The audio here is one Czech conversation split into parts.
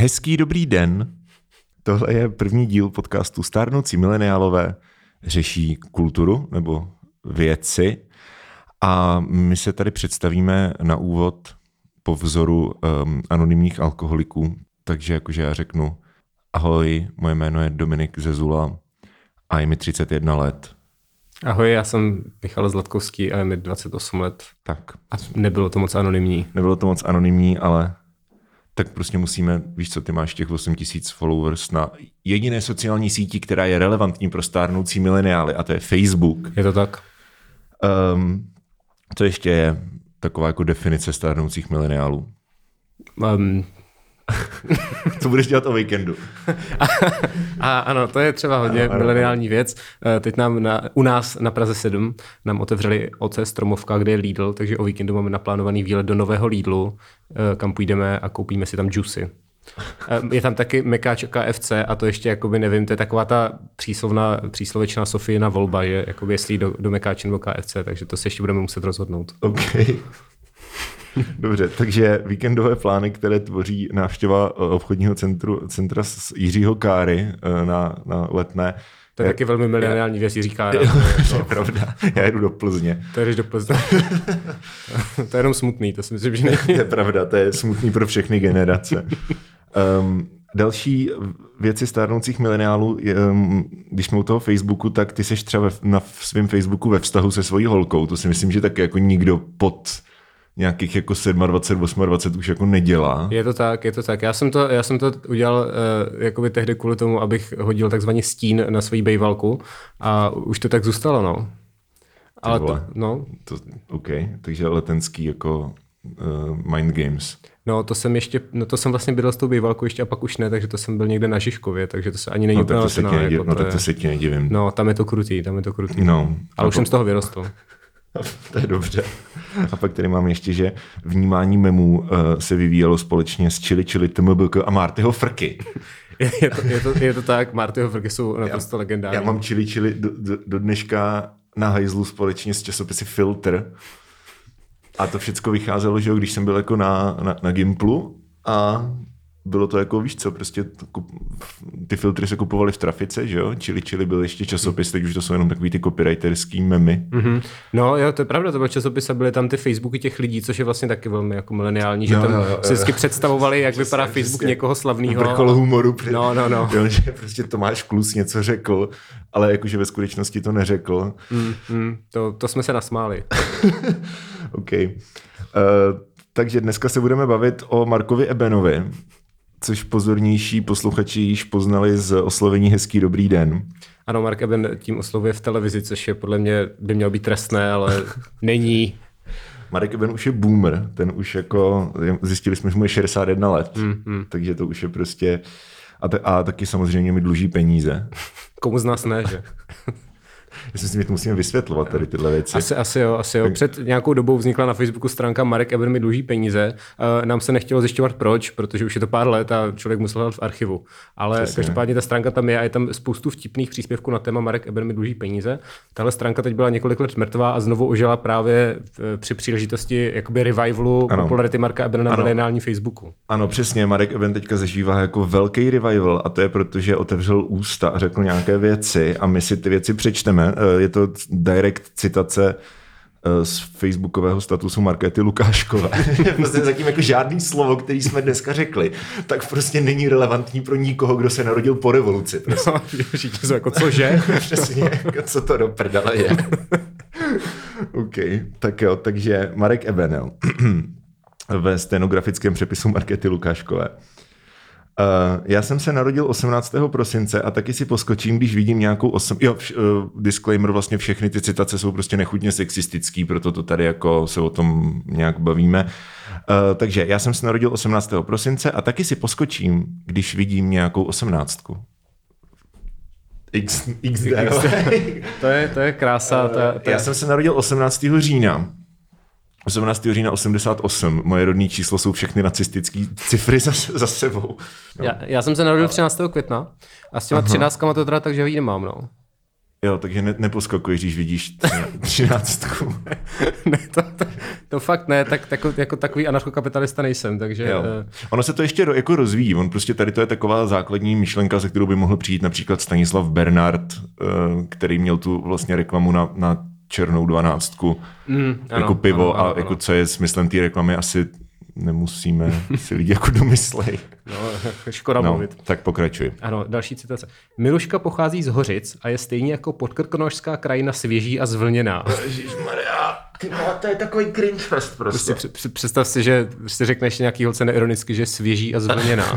Hezký dobrý den. Tohle je první díl podcastu Stárnoucí mileniálové řeší kulturu nebo věci. A my se tady představíme na úvod po vzoru anonymních alkoholiků. Takže jakože já řeknu ahoj, moje jméno je Dominik Zezula a je mi 31 let. Ahoj, já jsem Michal Zlatkovský a je mi 28 let. Tak. A nebylo to moc anonymní. Nebylo to moc anonymní, ale tak prostě musíme, víš co, ty máš těch 8 000 followers na jediné sociální síti, která je relevantní pro stárnoucí mileniály, a to je Facebook. Je to tak? To ještě je taková jako definice stárnoucích mileniálů. Co budeš dělat o víkendu? Ano, to je třeba hodně mileniální věc. Teď nám u nás na Praze 7 nám otevřeli OC Stromovka, kde je Lidl, takže o víkendu máme naplánovaný výlet do nového Lidlu, kam půjdeme a koupíme si tam džusy. Je tam taky Mekáč a KFC a to ještě, jakoby nevím, to je taková ta příslovečná Sofijina volba, že jakoby jestli do Mekáče nebo KFC, takže to se ještě budeme muset rozhodnout. Okay. Dobře, takže víkendové plány, které tvoří návštěva obchodního centra z Jiřího Káry na Letné. To je taky velmi mileniální věc, Jiří Kára. To je pravda, já jedu do Plzně. To jdeš do Plzně. To je jenom smutný, to si myslím, že To je pravda, to je smutný pro všechny generace. Další věci stárnoucích mileniálů, když jsme u toho Facebooku, tak ty seš třeba na svém Facebooku ve vztahu se svojí holkou. To si myslím, že taky jako nikdo pod nějakých jako 27, 28 už jako nedělá. Je to tak. Já jsem to udělal jakoby tehdy kvůli tomu, abych hodil takzvaný stín na svoji bejvalku a už to tak zůstalo, no. Ale OK, takže letenský jako mind games. No, to jsem vlastně bydlel s tou bejvalkou ještě a pak už ne, takže to jsem byl někde na Žižkově, takže to se ani není úplně letná. Tak to se ti nedivím. No, tam je to krutý. No. Ale už jsem z toho vyrostl. To je dobře. A pak tady mám ještě, že vnímání memů se vyvíjelo společně s Chili TMBK a Martyho Frky. Je to tak, Martyho Frky jsou naprosto legendární. Já mám Chili do dneška na hajzlu společně s časopisy Filtr. A to všecko vycházelo, že když jsem byl jako na Gimplu a bylo to jako, víš co, prostě ty filtry se kupovaly v trafice, že jo? Chili byl ještě časopis, teď už to jsou jenom takový ty copywriterský memy. Mm-hmm. No jo, to je pravda, to byl časopis a byly tam ty Facebooky těch lidí, což je vlastně taky velmi jako mileniální, že tam se vždycky představovali, jak vypadá Facebook někoho slavného. Vrchol humoru. No. Jo, že prostě Tomáš Klus něco řekl, ale jakože ve skutečnosti to neřekl. To jsme se nasmáli. OK. Takže dneska se budeme bavit o Markovi Ebenovi, což pozornější posluchači již poznali z oslovení Hezký dobrý den. Ano, Mark Eben tím oslovuje v televizi, což je podle mě by mělo být trestné, ale není. Marek Eben už je boomer, ten už jako, zjistili jsme, že mu je 61 let, takže to už je prostě, a taky samozřejmě mi dluží peníze. Komu z nás ne, že? Já si myslím, že to musíme vysvětlovat tady tyhle věci. Asi jo. Před nějakou dobou vznikla na Facebooku stránka Marek Eben mi dluží peníze. Nám se nechtělo zjišťovat proč, protože už je to pár let a člověk musel hledat v archivu. Ale každopádně ta stránka tam je a je tam spoustu vtipných příspěvků na téma Marek Eben mi dluží peníze. Tahle stránka teď byla několik let mrtvá a znovu ožila právě při příležitosti jakoby revivalu popularity Marka Ebena na mileniální Facebooku. Ano, přesně. Marek Eben teďka zažívá jako velký revival a to je proto, že otevřel ústa a řekl nějaké věci a my si ty věci přečteme. Je to direct citace z facebookového statusu Markéty Lukáškové. Prostě zatím jako žádný slovo, který jsme dneska řekli, tak prostě není relevantní pro nikoho, kdo se narodil po revoluci. Prostě. No, všichni jsou jako cože? Přesně, jako co to do prdele je. OK, tak jo, takže Marek Eben ve stenografickém přepisu Markéty Lukáškové. Já jsem se narodil 18. prosince a taky si poskočím, když vidím nějakou disclaimer, vlastně všechny ty citace jsou prostě nechutně sexistický, proto to tady jako se o tom nějak bavíme. Takže já jsem se narodil 18. prosince a taky si poskočím, když vidím nějakou 18. XD. To je krása. Já jsem se narodil 18. října. 18. října 88. Moje rodné číslo jsou všechny nacistické cifry za sebou. No. Já jsem se narodil 13. května a s těma 13 to teda takže ho jí nemám, no. Jo, takže neposkakuješ, když vidíš 13. Ne, to fakt ne, jako takový anarchokapitalista nejsem, takže... Jo. Ono se to ještě jako rozvíjí, on prostě tady to je taková základní myšlenka, se kterou by mohl přijít například Stanislav Bernard, který měl tu vlastně reklamu na černou 12, jako pivo a jako co je smyslem té reklamy, asi nemusíme si lidi jako domyslej. No, škoda mluvit. Tak pokračuj. Ano, další citace. Miluška pochází z Hořic a je stejně jako podkrkonošská krajina svěží a zvlněná. Ježišmarja, to je takový cringe fest prostě. Představ si, že si řekneš nějaký holce neironicky, že je svěží a zvlněná.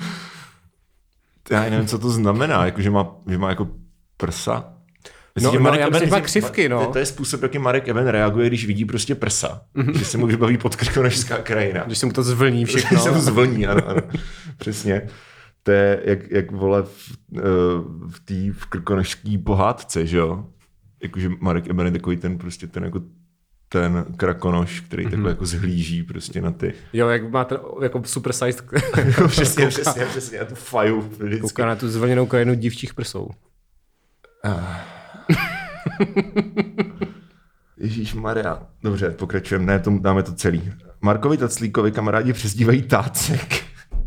Já nevím, co to znamená, jako, že má jako prsa. Já myslím, že má křivky, no. To je způsob, jaký Marek Eben reaguje, když vidí prostě prsa. Že se mu vybaví podkrkonošská krajina. Když se mu to zvlní všechno. Když se mu zvlní, ano. Přesně. To je jak vole v krkonošský pohádce, že jo? Jakože Marek Eben je takový ten krakonoš, který takhle jako zhlíží prostě na ty. Jo, jak má ten jako super size. Přesně, a tu faju. Vždycky. Kouká na tu zvlněnou krajinu dívčích prsou. Ježíšmarja. Dobře, pokračujeme, ne, dáme to celý. Markovi Taclíkovi kamarádi přezdívají Tácek.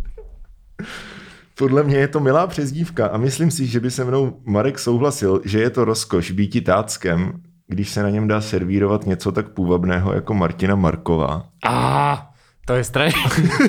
Podle mě je to milá přezdívka a myslím si, že by se mnou Marek souhlasil, že je to rozkoš býti Táckem, když se na něm dá servírovat něco tak půvabného jako Martina Marková. To je strašný.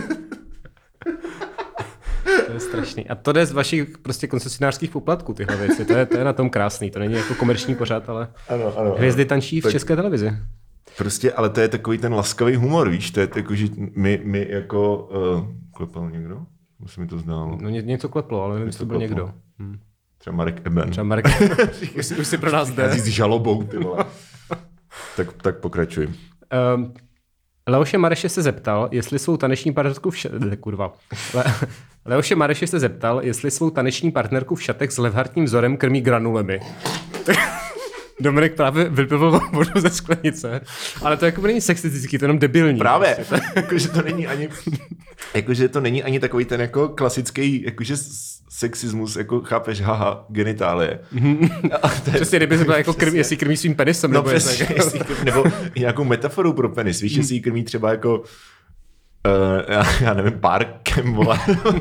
To je strašný. A to jde z vašich prostě koncesionářských poplatků, tyhle věci. To je na tom krásný. To není jako komerční pořad, ale ano, hvězdy tančí v České televizi. Prostě, ale to je takový ten laskavý humor, víš? To je jako, že my jako... klepal někdo? Se mi to zdálo. No něco kleplo, ale nevím, jestli to byl někdo. Třeba Marek Eben. Už si pro nás jde. S žalobou, ty vole. tak pokračuj. Leoše Mareše se zeptal, jestli svou taneční partnerku Leoše Mareše se zeptal, jestli svou taneční partnerku v šatech s levhartním vzorem krmí granulemi. Dominik právě vypil vodu ze sklenice, ale to jako není sexistický, to je jenom debilní. Právě, jakože to není ani takový ten jako klasický jakože sexismus, jako chápeš, haha, genitálie. Přesně, kdyby se byl jako jestli krmí svým penisem. No přesně, nebo nějakou metaforou pro penis, víš, jestli ji krmí třeba jako já nevím, párkem, vole.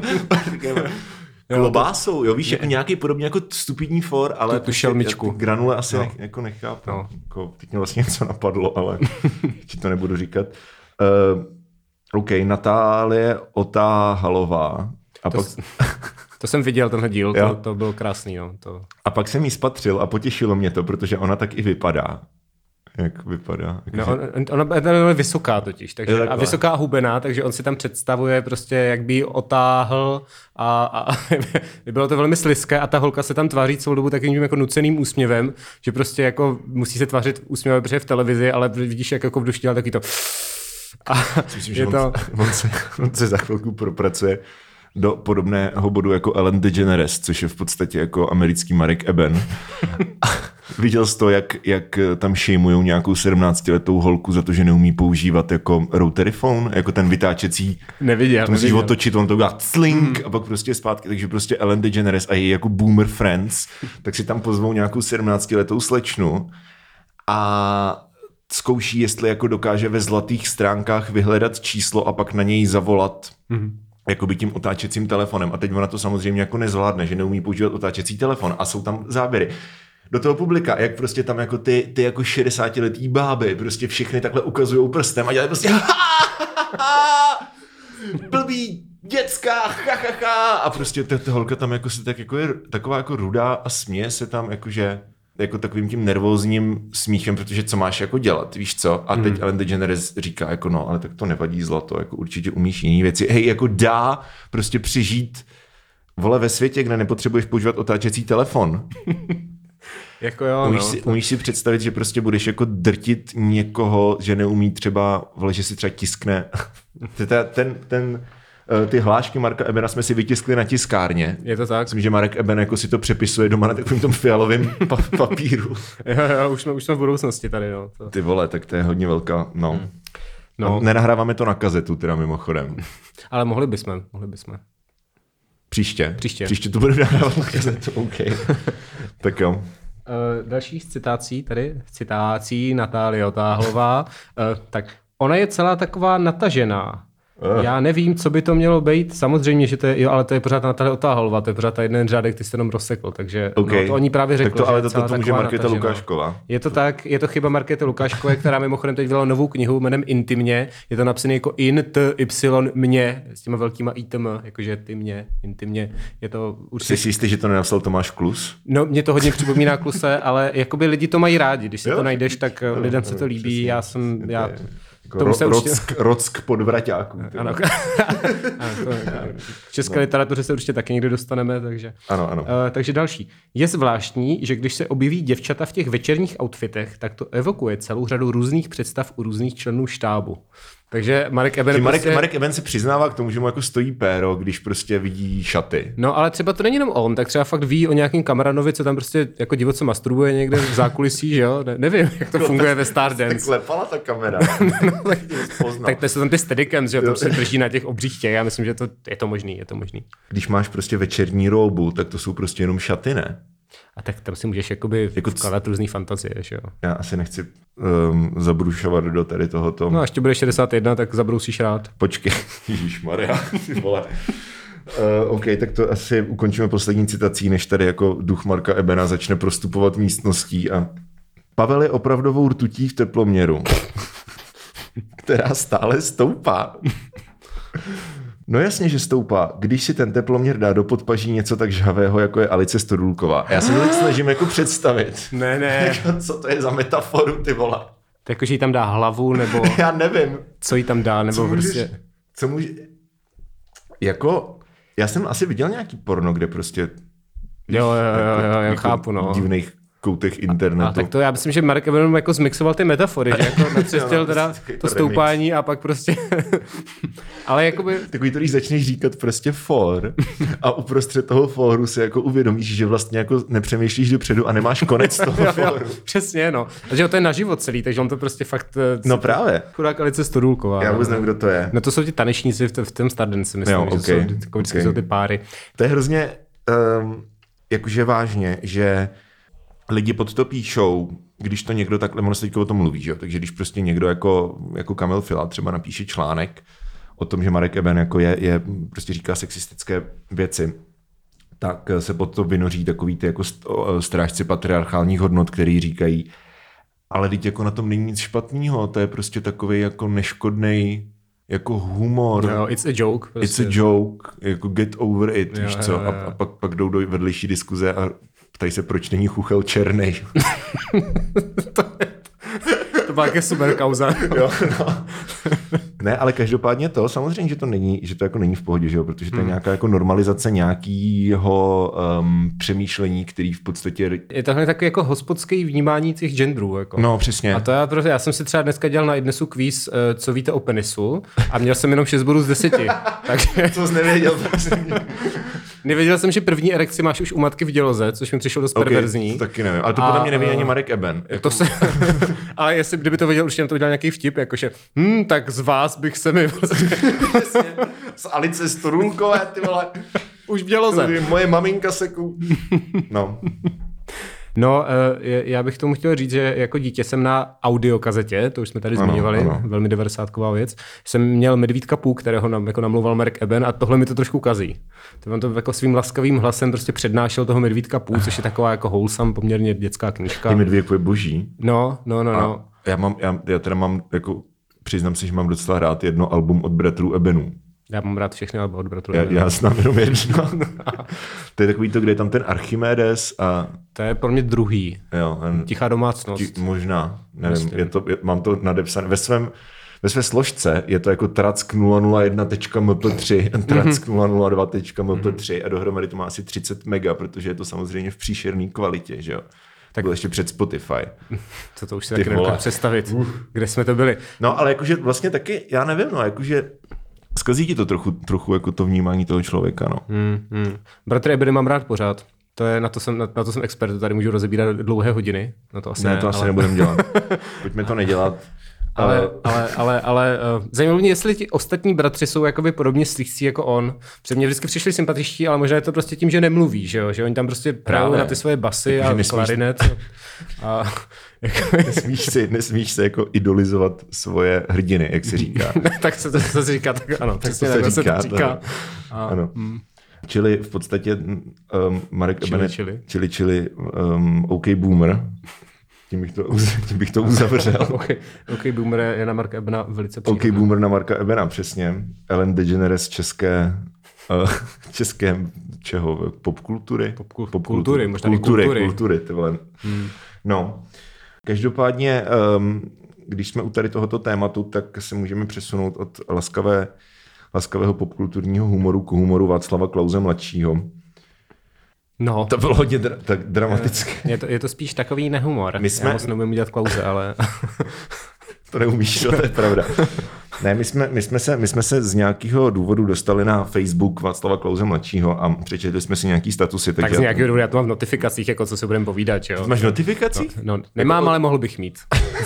Klobásou, jo, víš, jako nějaký podobně jako stupidní for, ale tu šelmičku. Granule asi jako nechápu. No. Jako, teď mě vlastně něco napadlo, ale ti to nebudu říkat. OK, Natálie Otáhalová. To jsem viděl, tenhle díl, to bylo krásný. Jo, to. A pak jsem jí spatřil a potěšilo mě to, protože ona tak i vypadá. Jak vypadá? No, ona je vysoká totiž, takže, a vysoká a hubená, takže on si tam představuje prostě, jak by ji otáhl a bylo to velmi slizké a ta holka se tam tváří celou dobu takovým jako nuceným úsměvem, že prostě jako musí se tvářit úsměvem, protože v televizi, ale vidíš, jak jako v duši dělá taky to. A myslím, že on se za chvilku propracuje do podobného bodu jako Ellen DeGeneres, což je v podstatě jako americký Marek Eben. Viděl jsi to, jak tam šejmujou nějakou 17letou holku za to, že neumí používat jako rotary phone, jako ten vytáčecí. Neviděl. To musíš otočit, on to udělá clink a pak prostě zpátky. Takže prostě Ellen DeGeneres a její jako boomer friends, tak si tam pozvou nějakou 17letou slečnu a zkouší, jestli jako dokáže ve zlatých stránkách vyhledat číslo a pak na něj zavolat. Jakoby tím otáčecím telefonem. A teď ona to samozřejmě jako nezvládne, že neumí používat otáčecí telefon. A jsou tam záběry do toho publika, jak prostě tam jako ty jako 60letý báby prostě všechny takhle ukazujou prstem a dělají prostě blbý dětská, a prostě ta holka tam jako se tak jako je taková jako rudá a směje se tam jakože jako takovým tím nervózním smíchem, protože co máš jako dělat, víš co? A teď Ellen DeGeneres říká jako no, ale tak to nevadí zlato, jako určitě umíš jiný věci. Hej, jako dá prostě přežít vole ve světě, kde nepotřebuješ používat otáčecí telefon. Jako jo, umíš si představit, že prostě budeš jako drtit někoho, že neumí třeba, vole, že si třeba tiskne. Ty hlášky Marka Ebena jsme si vytiskli na tiskárně. Je to tak? Myslím, že Marek Eben jako si to přepisuje doma na takovým tom fialovém papíru. Jo, už jsme v budoucnosti tady. No. To. Ty vole, tak to je hodně velká, no. Nenahráváme to na kazetu, teda mimochodem. Ale mohli bychom. Příště to budeme nahrávat na kazetu, OK. Tak jo. Další z citací Natálie Otáhlová. Tak ona je celá taková natažená. Já nevím, co by to mělo být. Samozřejmě, že to je, jo, ale to je pořád Natálie Otáhlová, to je pořád ta jeden řádek, ty jsi jenom rozsekl, takže no, to oni právě řekli. Tak to, ale to může Markéta Lukášková. Je to tak, je to chyba Markéty Lukáškové, která mimochodem teď vydala novou knihu jménem Intimně. Je to napsané jako in-t-y-mě, s těma velkýma itm, jakože ty mě, intimně. Je to určitě... Jsi jistý, že to nenapsal Tomáš Klus? No, mě to hodně připomíná Kluse, ale jakoby lidi to mají rádi, když si to najdeš, tak lidem se to líbí, Rock pod vraťáků. Ano. V české literatuře se určitě taky někdy dostaneme, takže. Ano. Takže další. Je zvláštní, že když se objeví děvčata v těch večerních outfitech, tak to evokuje celou řadu různých představ u různých členů štábu. Takže Marek Eben Marek Eben se přiznává k tomu, že mu jako stojí péro, když prostě vidí šaty. No, ale třeba to není jenom on, tak třeba fakt ví o nějakým kamaranovi, co tam prostě jako divoce masturbuje někde v zákulisí, že jo? Nevím, jak to funguje ve Stardance. Tak klepala ta kamera. Tak to jsou tam ty steadicams, že jo, tam se drží na těch obřích těch, já myslím, že je to možný. Když máš prostě večerní róbu, tak to jsou prostě jenom šaty, ne? A tak tam si můžeš vkládat různý fantazie, že jo? Já asi nechci zabrušovat do tady tohoto. No až ti bude 61, tak zabrousíš rád. Počkej, ježišmarja, ty vole. OK, tak to asi ukončíme poslední citací, než tady jako duch Marka Ebena začne prostupovat místností a Pavel je opravdovou rtutí v teploměru, která stále stoupá. No jasně, že stoupá. Když si ten teploměr dá do podpaží něco tak žhavého, jako je Alice Stodulková. Já se to teď snažím jako představit. Ne. Co to je za metaforu, ty vole? To jako, že jí tam dá hlavu, nebo... Já nevím. Co jí tam dá, nebo prostě... Co může... Jako... Já jsem asi viděl nějaký porno, kde prostě... Jo, chápu, no. Divných koutech internetu. A tak to já myslím, že Marek Eben jako zmixoval ty metafory, že jako natřestil teda to stoupání a pak prostě... Ale jakoby... Takový to, když začneš říkat prostě for a uprostřed toho foru si jako uvědomíš, že vlastně jako nepřemýšlíš dopředu a nemáš konec toho foru. Přesně, no. Takže to je na život celý, takže on to prostě fakt... No právě. Chudák Alice Stodulková. Já vůbec nevím, kdo to je. No to jsou ti tanečníci v tom Stardance, myslím, jo, že jsou ty páry. To je hrozně jakože vážně, že lidi pod to píšou, když to někdo takhle, ono se teďka o tom mluví, že? Takže když prostě někdo jako Kamil Fila třeba napíše článek o tom, že Marek Eben jako je prostě říká sexistické věci, tak se pod to vynoří takový ty jako strážci patriarchálních hodnot, který říkají, ale teď jako na tom není nic špatného, to je prostě takový jako neškodnej jako humor. No, it's a joke. Prostě. It's a joke, jako get over it, víš co? A pak jdou do vedlejší diskuze a ptají se, proč není Chuchel černej. To byla jaké super kauza. Jo, no. Ne, ale každopádně to, samozřejmě, že to jako není v pohodě, že jo? Protože to je nějaká jako normalizace nějakého přemýšlení, který v podstatě... Je tohle takový jako hospodský vnímání těch genderů. Jako. No, přesně. A to já jsem si třeba dneska dělal na Idnesu kvíz, co víte o penisu, a měl jsem jenom 6 bodů z 10. Takže... Co jsi nevěděl? Nevěděl jsem, že první erekci máš už u matky v děloze, což mi přišlo dost perverzní. To taky nevím. Ale to podle mě neví ani Marek Eben. To se... Ale jestli kdyby to věděl, určitě to udělal nějaký vtip, jakože tak z vás bych se mi... Z Alice Stodulkové, ty vole. Už v děloze. Moje maminka se No. No, já bych tomu chtěl říct, že jako dítě jsem na audiokazetě, to už jsme tady zmiňovali, velmi 90ková věc, jsem měl Medvídka Pů, kterého nám jako namlouval Marek Eben a tohle mi to trošku kazí. To on to jako svým laskavým hlasem prostě přednášel toho Medvídka Pů, což je taková jako wholesome, poměrně dětská knížka. Ty Medvídek je boží. No. Já teda mám, jako přiznám si, že mám docela rád jedno album od bratrů Ebenů. Já mám rád všechny alba od bratrů. Já znám jenom jedno. To je takový to, kde je tam ten Archimedes a... To je pro mě druhý. Jo, Tichá domácnost. Možná, nevím. Mám to nadepsané. Ve své složce je to jako track001.mp3, track002.mp3 a dohromady to má asi 30 mega, protože je to samozřejmě v příšerné kvalitě, že jo. Tak byl ještě před Spotify. Co to už si taky nedokážu představit. Kde jsme to byli? No, ale jakože vlastně taky, já nevím, no, jakože zkazí ti to trochu jako to vnímání toho člověka, no. Bratry Ebeny mám rád pořád. To je, na to jsem expert, tady můžu rozebírat dlouhé hodiny. No to asi to asi nebudem dělat. Pojďme to nedělat. Ale zajímalo mě, jestli ti ostatní bratři jsou jakoby podobně slízcí jako on. Protože mě vždycky přišli sympatičtí, ale možná je to prostě tím, že nemluví, že jo? Že oni tam prostě hrajou na ty svoje basy jako, a klarinet. Nesmíš se jako idolizovat svoje hrdiny, jak se říká. Tak se to říká, tak ano, přesně takhle se to říká. Ano. Čili v podstatě Marek Eben, čili OK Boomer. Tím bych to uzavřel. OK Boomer je na Marka Ebena velice příhodné. OK Boomer na Marka Ebena, přesně. Ellen DeGeneres české čeho? Popkultury? Popkultury, možná kultury, ty vole. No, každopádně, když jsme u tady tohoto tématu, tak se můžeme přesunout od laskavého popkulturního humoru k humoru Václava Klause mladšího. No. To bylo hodně tak dramatické. Je to spíš takový nehumor. Já moc neumím dělat Klause, ale... To neumíš, to je pravda. Ne, my jsme se z nějakého důvodu dostali na Facebook Václava Klause mladšího a přečetli jsme si nějaký statusy. Tak z nějakého důvodu já to mám v notifikacích, jako co se budeme povídat, jo. Máš notifikací? No, nemám, ale mohl bych mít.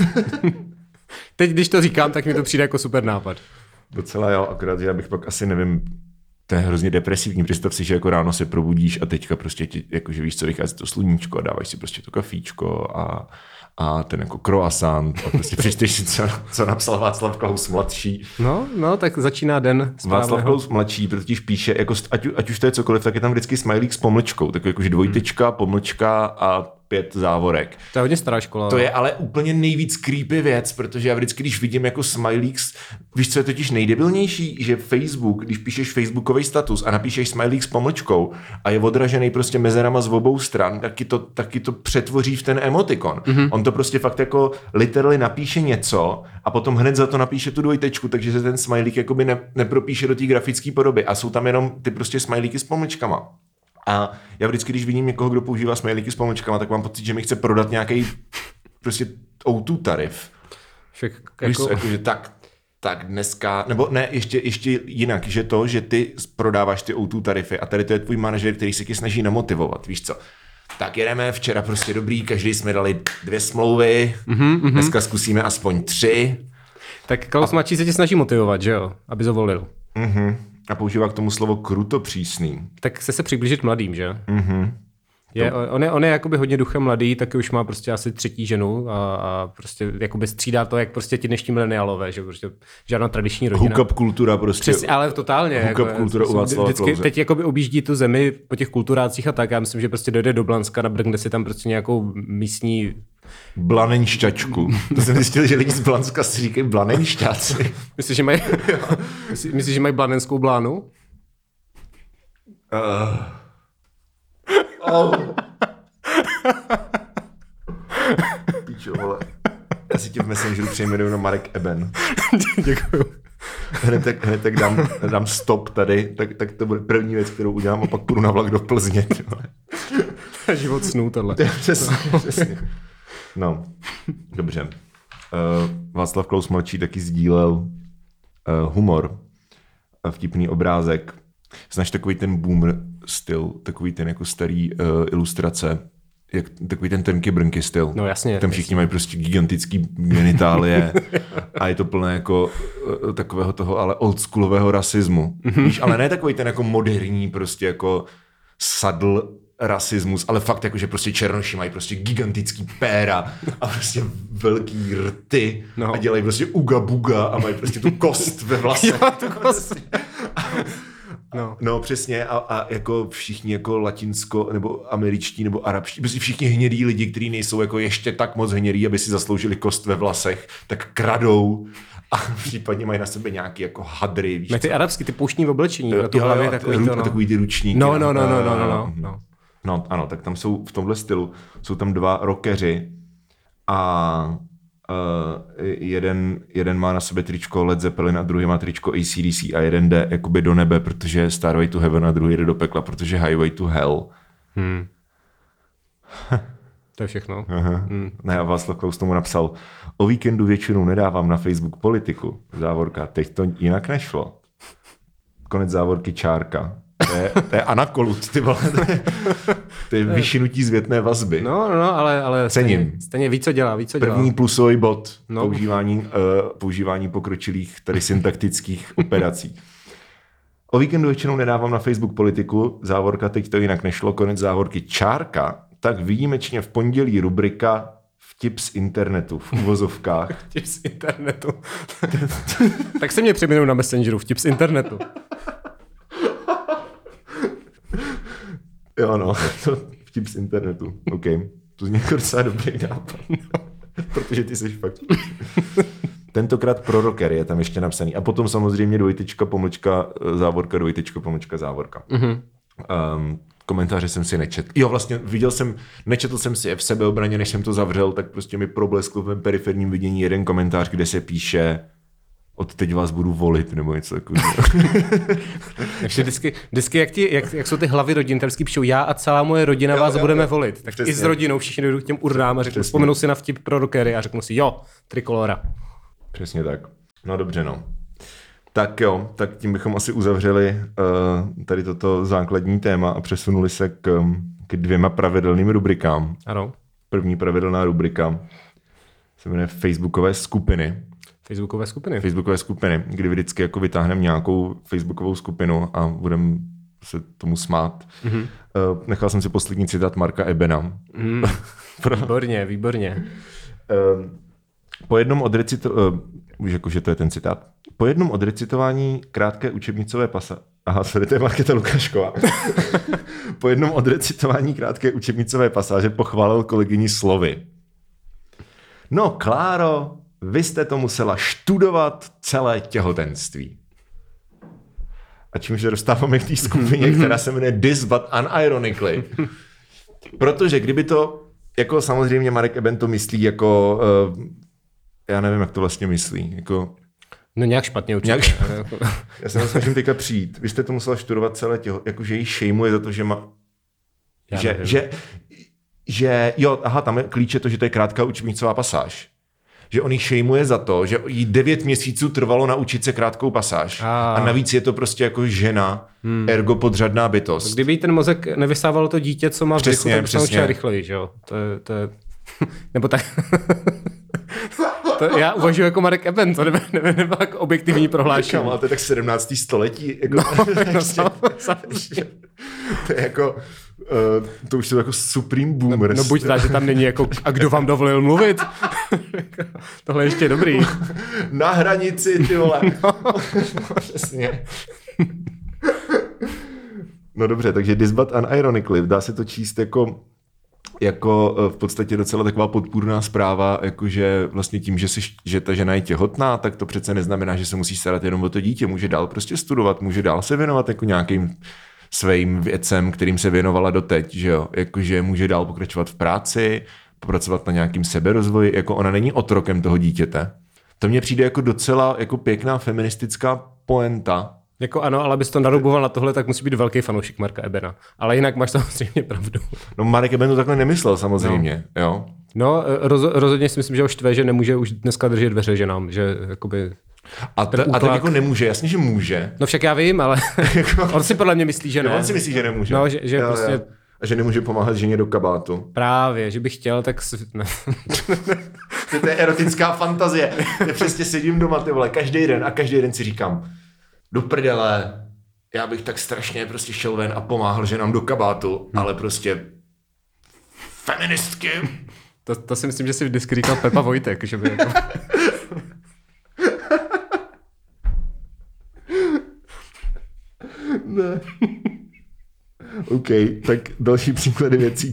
Teď, když to říkám, tak mi to přijde jako super nápad. Docela jo, akorát, že já bych pak asi nevím, to je hrozně depresivní. Představ si, že jako ráno se probudíš a teďka prostě jakože víš, co vychází to sluníčko a dáváš si prostě to kafíčko a ten jako croissant a prostě přečteš si, co napsal Václav Klaus mladší. No, tak začíná den správného. Václav Klaus mladší, protože píše, jako, ať už to je cokoliv, tak je tam vždycky smajlík s pomlčkou, tak jakože dvojtečka, pomlčka a 5 závorek. To je hodně stará škola. To je ale úplně nejvíc creepy věc, protože já vždycky, když vidím jako smajlík, víš, co je totiž nejdebilnější, že Facebook, když píšeš facebookový status a napíšeš smajlík s pomlčkou a je odražený prostě mezerama z obou stran, taky to přetvoří v ten emotikon. Mm-hmm. On to prostě fakt jako literally napíše něco a potom hned za to napíše tu dvojtečku, takže se ten smajlík jakoby nepropíše do té grafické podoby a jsou tam jenom ty prostě smajlíky s pomlčkama. A já vždycky, když vidím někoho, kdo používá smajlíky s pomlčkama, tak mám pocit, že mi chce prodat nějaký prostě O2 tarif. Jakože tak dneska, nebo ne, ještě jinak, že to, že ty prodáváš ty O2 tarify a tady to je tvůj manažer, který se tě snaží namotivovat, víš co. Tak jedeme, včera prostě dobrý, každý jsme dali 2 smlouvy, dneska zkusíme aspoň 3. Tak Klaus mladší se tě snaží motivovat, že jo, aby to volil. A používá k tomu slovo krutopřísný. Tak se přiblížit mladým, že? On je jakoby hodně duchem mladý, taky už má prostě asi 3. ženu a prostě jakoby střídá to, jak prostě ti dnešní mileniálové, že prostě žádná tradiční rodina. Hookup kultura prostě. Přesně, ale totálně. Hookup kultura u Václava Klause. Teď jakoby objíždí tu zemi po těch kulturácích a tak. Já myslím, že prostě dojde do Blanska, nabrkne si tam prostě nějakou místní Blanenšťačku. To jsem zjistil, že lidi z Blanska si říkají blanenšťáci. Myslíš, že mají blanenskou blánu? Píčo, vole. Já si tě v Messengeru přejmenuju na Marek Eben. Děkuju. Hned tak dám stop tady, tak to bude první věc, kterou udělám a pak půjdu na vlak do Plzně. Život snů tohle. Přesně. No, dobře. Václav Klaus mladší taky sdílel humor, vtipný obrázek. Znáš takový ten boomer styl, takový ten jako starý ilustrace, takový ten tenky brnky styl. No jasně. Tam všichni mají prostě gigantický genitálie a je to plné jako takového toho ale oldschoolového rasismu. Víš, ale ne takový ten jako moderní prostě jako subtle rasismus, ale fakt jako, že prostě černoši mají prostě gigantický péra a prostě velký rty a dělají prostě uga buga a mají prostě tu kost ve vlasech. Jo, tu kost. No přesně a jako všichni jako latinsko nebo američtí nebo arabští, prostě všichni hnědí lidi, kteří nejsou jako ještě tak moc hnědí, aby si zasloužili kost ve vlasech, tak kradou a případně mají na sebe nějaký jako hadry. Víš, ty arabský, ty pouštní oblečení. Takový ty ručníky. No, ano, tak tam jsou v tomhle stylu, jsou tam 2 rockeři a jeden má na sobě tričko Led Zeppelin a druhý má tričko AC/DC a jeden jde jakoby do nebe, protože je Starway to Heaven a druhý jde do pekla, protože Highway to Hell. To je všechno. Ne, a Václav Klaus tomu napsal: o víkendu většinou nedávám na Facebook politiku. Závorka, teď to jinak nešlo. Konec závorky čárka. To je Anna Kolut, ty vole. To je vyšinutí zvětné vazby. No, ale stejně ví, co dělá. První plusový bod používání pokročilých tady syntaktických operací. O víkendu většinou nedávám na Facebook politiku, závorka, teď to jinak nešlo, konec závorky, čárka, tak výjimečně v pondělí rubrika Vtip z internetu, v uvozovkách. Vtip z internetu. Tak se mě přeměnou na Messengeru, vtip z internetu. Jo, no, vtip z internetu, OK. To zní jako docela dobrý nápad, protože ty jsi fakt... Tentokrát pro rocker je tam ještě napsaný. A potom samozřejmě dvojtečka, pomlčka, závorka, dvojtečka, pomlčka, závorka. Mm-hmm. Komentáře jsem si nečetl. Jo, vlastně nečetl jsem si je v sebeobraně, než jsem to zavřel, tak prostě mi probleskl v mém periferním vidění jeden komentář, kde se píše od teď vás budu volit, nebo něco takového. Takže vždycky jak jsou ty hlavy rodin, tam píšou já a celá moje rodina vás budeme volit. Tak přesně. I s rodinou všichni jdou k těm urnám a řeknou, vzpomenu si na vtip pro rockery a řeknu si jo, trikolora. Přesně tak. No dobře, no. Tak jo, tak tím bychom asi uzavřeli tady toto základní téma a přesunuli se k dvěma pravidelným rubrikám. Ano. První pravidelná rubrika se jmenuje Facebookové skupiny. Facebookové skupiny, kdy vždycky jako vytáhneme nějakou Facebookovou skupinu a budeme se tomu smát. Mm-hmm. Nechal jsem si poslední citát Marka Ebena. Výborně. Po jednom že to je ten citát. Po jednom odrecitování krátké učebnicové pasáže. Aha, sorry, to je Markéta Lukášková. Po jednom odrecitování krátké učebnicové pasáže pochválil kolegyni slovy. No, Kláro, vy jste to musela študovat celé těhotenství. A čímž se dostáváme k té skupině, která se jmenuje This But Unironically. Protože kdyby to, jako samozřejmě Marek Eben to myslí jako, já nevím, jak to vlastně myslí, jako... No nějak špatně určitě. Já se snažím teďka přijít. Vy jste to musela študovat celé těho, jakože jí šejmuje za to, že má... Že jo, aha, tam je klíče to, že to je krátká učebnicová pasáž. Že on jí šejmuje za to, že jí 9 měsíců trvalo naučit se krátkou pasáž. A navíc je to prostě jako žena, ergo podřadná bytost. Kdyby jí ten mozek nevysával to dítě, co má v děku, tak by se naučila rychleji, že jo? To je... Nebo tak... To já uvažuji jako Marek Eben, to nebylo jako objektivní prohlášení. Kam, ale to je tak 17. století. Jako, to je jako... to už jsou jako supreme boomers. No buď rád, že tam není jako, a kdo vám dovolil mluvit? Tohle je ještě dobrý. Na hranici, ty vole. No, přesně. No dobře, takže This But Unironically, dá se to číst jako v podstatě docela taková podpůrná zpráva, jakože vlastně tím, že ta žena je těhotná, tak to přece neznamená, že se musí starat jenom o to dítě. Může dál prostě studovat, může dál se věnovat jako nějakým svým věcem, kterým se věnovala doteď, že jo? Jakože může dál pokračovat v práci, pracovat na nějakým seberozvoji, jako ona není otrokem toho dítěte. To mně přijde jako docela jako pěkná feministická poenta. Jako ano, ale abys to naruboval na tohle, tak musí být velký fanoušek Marka Ebena. Ale jinak máš samozřejmě pravdu. No Marek Eben to takhle nemyslel samozřejmě, jo? No, rozhodně si myslím, že ho štve, že nemůže už dneska držet dveře ženám, že jakoby... A tak jako nemůže, jasně, že může. No však já vím, ale on si podle mě myslí, že ne. On si myslí, že nemůže. No, že prostě... Jo. A že nemůže pomáhat ženě do kabátu. Právě, že bych chtěl, tak... To je erotická fantazie. Já přesně sedím doma, ty vole, každý den si říkám, do prdele, já bych tak strašně prostě šel ven a pomáhal ženám do kabátu, ale prostě feministky. To si myslím, že si vždycky říkal Pepa Vojtek, že by jako... Ne. OK, tak další příklady věcí,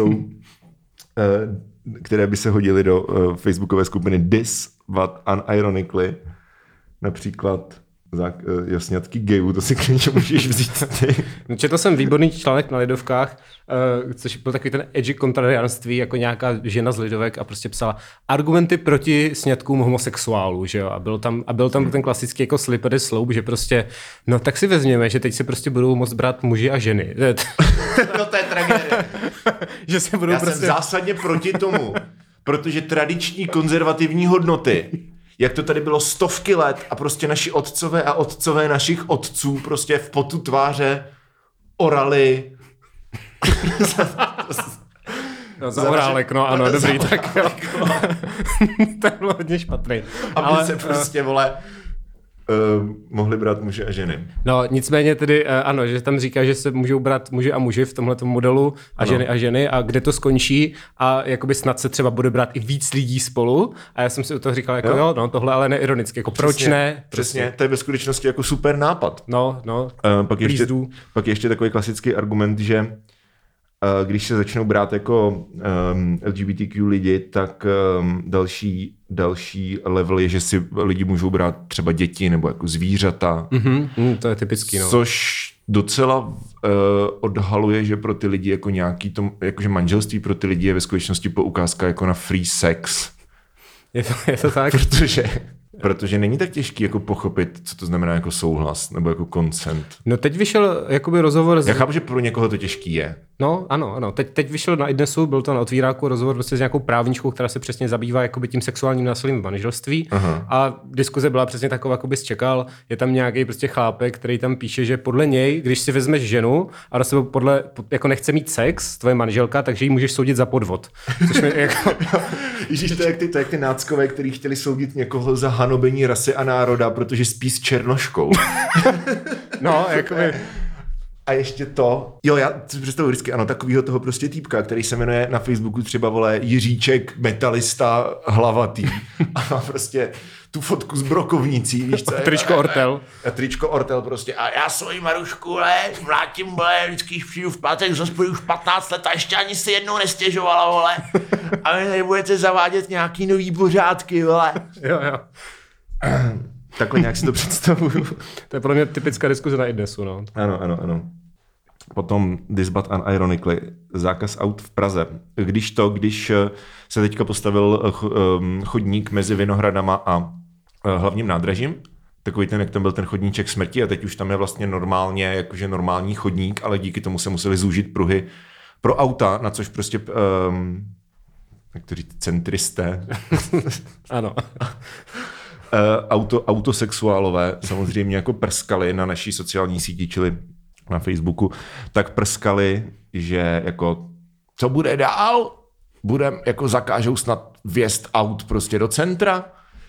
které by se hodily do facebookové skupiny This But Unironically. Například sňatky gayů, to si klidně můžeš vzít ty. Četl jsem výborný článek na Lidovkách, což byl takový ten edgy kontrariánství, jako nějaká žena z Lidovek a prostě psala argumenty proti sňatkům homosexuálů, že jo, a byl tam ten klasický jako slippery slope, že prostě, no tak si vezměme, že teď se prostě budou moct brát muži a ženy. No to je tragédie. Že se budou Já jsem zásadně proti tomu, protože tradiční konzervativní hodnoty, jak to tady bylo stovky let a prostě naši otcové a otcové našich otců prostě v potu tváře orali No, za Orálek, no ano, dobrý, tak jo. To bylo hodně špatný. Aby se prostě, vole, mohli brát muže a ženy. No, nicméně tedy ano, že tam říká, že se můžou brát muži a muži v tomhletom modelu a ženy a ženy a kde to skončí a jakoby snad se třeba bude brát i víc lidí spolu a já jsem si u toho říkal jako jo, no tohle ale neironicky, jako proč ne? Přesně, to je ve skutečnosti jako super nápad. No, pak ještě takový klasický argument, že když se začnou brát jako LGBTQ lidi, tak další level je, že si lidi můžou brát třeba děti nebo jako zvířata. To je typický, no. Což docela odhaluje, že pro ty lidi jako nějaký to, jakože manželství pro ty lidi je ve skutečnosti poukázka jako na free sex. Je to tak? Protože není tak těžký jako pochopit, co to znamená jako souhlas nebo jako consent. No teď vyšel jakoby rozhovor... Já chápu, že pro někoho to těžký je. No, ano. Teď vyšel na iDnesu, byl to na otvíráku rozhovor prostě s nějakou právničkou, která se přesně zabývá jakoby tím sexuálním násilím v manželství. Aha. A diskuze byla přesně taková, jako bys čekal. Je tam nějaký prostě chlápek, který tam píše, že podle něj, když si vezmeš ženu a se jako nechce mít sex, tvoje manželka, takže ji můžeš soudit za podvod. Což mi jako... Ježíš, to je jak ty náckové, kteří chtěli soudit někoho za hanobení rasy a národa, protože spí s černoškou. No, jakoby... A ještě to, jo, já si představuji vždycky, ano, takovýho toho prostě týpka, který se jmenuje na Facebooku třeba, vole, Jiříček, metalista, hlavatý. A má prostě tu fotku s brokovnicí, víš co? Tričko Ortel. A tričko Ortel prostě. A já svoji Marušku, mlátím, vždycky, když přijdu v pátek z hospody už 15 let a ještě ani si jednou nestěžovala, vole. A vy nebudete zavádět nějaký nový pořádky, vole. Jo. Takhle nějak si to představuju. To je pro mě typická diskuze na iDnesu, no. Ano. Potom This But Unironically, zákaz aut v Praze. Když se teďka postavil chodník mezi Vinohradama a hlavním nádražím, takový ten, jak tam byl ten chodníček smrti a teď už tam je vlastně normálně, jakože normální chodník, ale díky tomu se museli zúžit pruhy pro auta, na což prostě jak to říct, centristé. Ano. Autosexuálové samozřejmě jako prskali na naší sociální síti, čili na Facebooku, tak prskali, že jako co bude dál? Jako zakážou snad vjezd aut prostě do centra?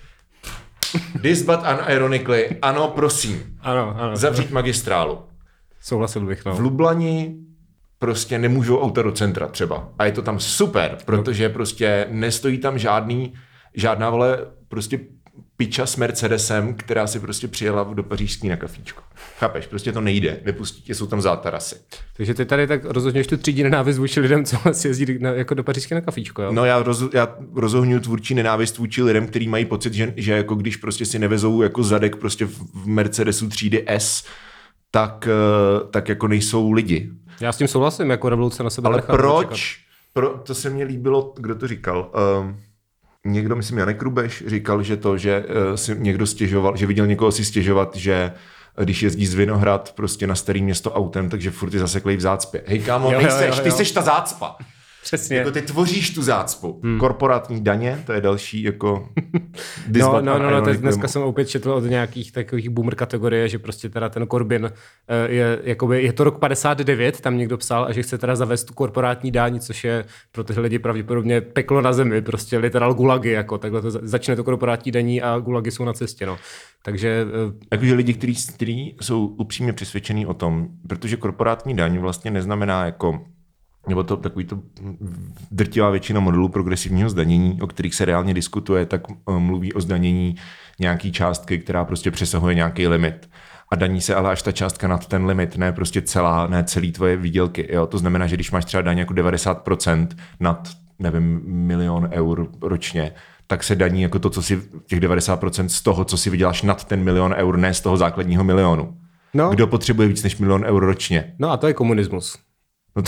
This but unironically, ano, prosím. Ano. Zavřít magistrálu. Souhlasil bych, no. V Lublani prostě nemůžou auta do centra třeba. A je to tam super, protože prostě nestojí tam žádná vole prostě piča s Mercedesem, která si prostě přijela do Pařížský na kafíčko. Chápeš? Prostě to nejde. Nepustí tě, jsou tam zátarasy. Takže ty tady tak rozhodněš tu třídí nenávist vůči lidem, co si jezdí jako do Pařížské na kafíčko, jo? No já rozohňuji tvůrčí nenávist vůči lidem, kteří mají pocit, že jako když prostě si nevezou jako zadek prostě v Mercedesu třídy S, tak jako nejsou lidi. Já s tím souhlasím, jako revoluce na sebe. Ale proč? To se mně líbilo, kdo to říkal? Někdo, myslím Janek Rubeš, říkal, že si někdo stěžoval, že viděl někoho si stěžovat, že když jezdí z Vinohrad prostě na starý město autem, takže furt je zaseklej v zácpě. Hej kámo, ty seš ta zácpa. Přesně. Jako ty tvoříš tu zácpu. Korporátní daně, to je další jako... No, teď dneska jsem opět četl od nějakých takových boomer kategorie, že prostě teda ten Corbyn je to rok 59, tam někdo psal, a že chce teda zavést tu korporátní daň, což je pro tyhle lidi pravděpodobně peklo na zemi, prostě literal gulagy, jako takhle to začne to korporátní daní a gulagy jsou na cestě, no. Takže... Jakože lidi, kteří jsou upřímně přesvědčení o tom, protože korporátní daň vlastně neznamená jako nebo to takový to drtivá většina modelů progresivního zdanění, o kterých se reálně diskutuje, tak mluví o zdanění nějaký částky, která prostě přesahuje nějaký limit. A daní se ale až ta částka nad ten limit, ne prostě celý tvoje výdělky. Jo? To znamená, že když máš třeba daň jako 90% nad, nevím, 1 000 000 eur ročně, tak se daní jako to, co si těch 90% z toho, co si vyděláš nad ten 1 000 000 eur, ne z toho základního milionu. No. Kdo potřebuje víc než 1 000 000 eur ročně? No a to je komunismus. No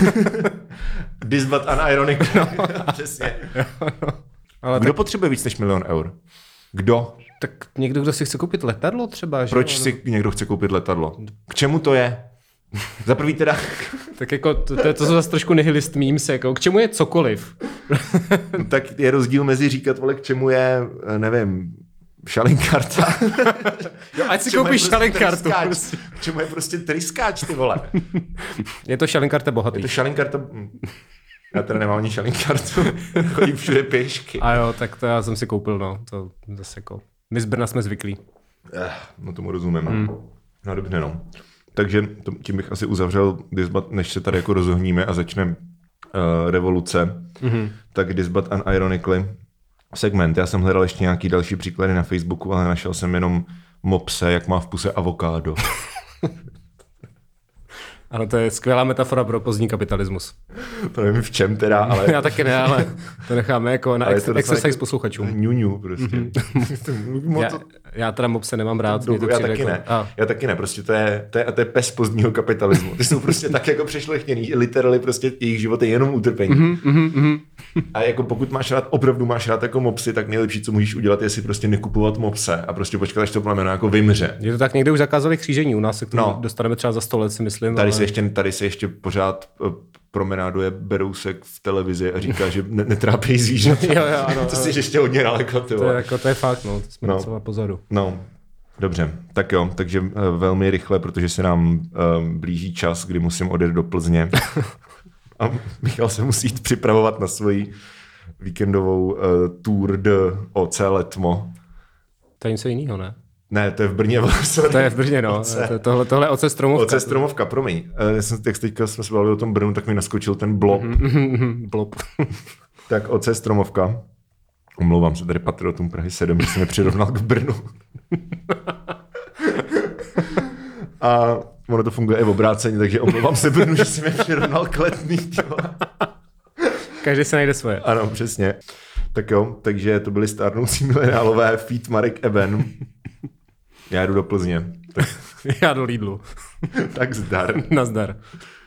This but unironically. No. Přesně. No. Ale kdo potřebuje víc než 1 000 000 eur? Kdo? Tak někdo, kdo si chce koupit letadlo třeba. Že? Proč si někdo chce koupit letadlo? K čemu to je? Za prvý teda... Tak jako to jsou zase trošku nihilist memes, jako k čemu je cokoliv? No, tak je rozdíl mezi říkat, vole, k čemu je, nevím, šalinkarta. Jo, ať si koupíš šalinkartu. Čemu je prostě tryskáč, ty vole. Je to šalinkarta bohatý. Je to šalinkarta... Já teda nemám ani šalinkartu. Chodím všude pěšky. A jo, tak to já jsem si koupil, no. To zase jako... My z Brna jsme zvyklí. No tomu rozumím. No dobře, no. Takže tím bych asi uzavřel Disbat, než se tady jako rozohníme a začne revoluce. Tak Disbat unironically segment. Já jsem hledal ještě nějaký další příklady na Facebooku, ale našel jsem jenom mopse, jak má v puse avokádo. Ano, to je skvělá metafora pro pozdní kapitalismus. To nevím v čem teda, ale... Já taky ne, ale to necháme jako na exercise posluchačům. Ňuňu prostě. Já teda mopse nemám rád. Já taky ne. Já taky ne, prostě to je pes pozdního kapitalismu. Ty jsou prostě tak jako přešlechtěný, literally prostě jejich život je jenom utrpení. A jako pokud opravdu máš rád jako mopsy, tak nejlepší, co můžeš udělat, je si prostě nekupovat mopse a prostě počkat, až to plemeno jako vymře. Je to tak, někde už zakázali křížení, u nás se k tomu dostaneme třeba za 100 let, si myslím. Tady se ještě pořád promenáduje Berousek v televizi a říká, že netrápí zvířata. To si ještě hodně daleko. To je fakt, no. To jsme docela pozadu. No, dobře. Tak jo, takže velmi rychle, protože se nám blíží čas, kdy musím odjet do Plzně. A Michal se musí jít připravovat na svoji víkendovou tour de OC Letmo. To je něco jiného, ne? Ne, to je v Brně. To je v Brně, no. Tohle OC Stromovka. OC Stromovka, promiň. Jak teďka jsme se bavili o tom Brnu, tak mi naskočil ten blob. Blob. Tak OC Stromovka. Omlouvám se tady patriotům Prahy 7, že jsem je přirovnal k Brnu. A ono to funguje i v obráceně, takže omlouvám se Brnu, že jsem je přirovnal k Letný. Každý se najde svoje. Ano, přesně. Tak jo, takže to byli stárnoucí mileniálové feat Marek Eben. Já jdu do Plzně. Já do Lidlu. Tak zdar. Nazdar.